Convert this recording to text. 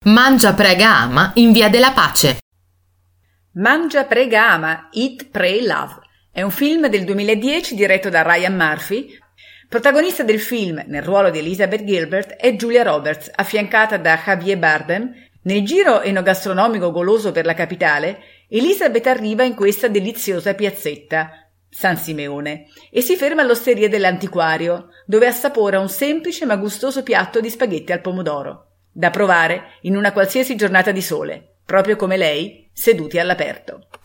Mangia, prega, ama in via della pace. Mangia, prega, ama, Eat, Pray, Love. È un film del 2010 diretto da Ryan Murphy. Protagonista del film, nel ruolo di Elizabeth Gilbert, è Julia Roberts, affiancata da Javier Bardem. Nel giro enogastronomico goloso per la capitale, Elizabeth arriva in questa deliziosa piazzetta, San Simeone, e si ferma all'osteria dell'antiquario, dove assapora un semplice ma gustoso piatto di spaghetti al pomodoro, da provare in una qualsiasi giornata di sole, proprio come lei, seduti all'aperto.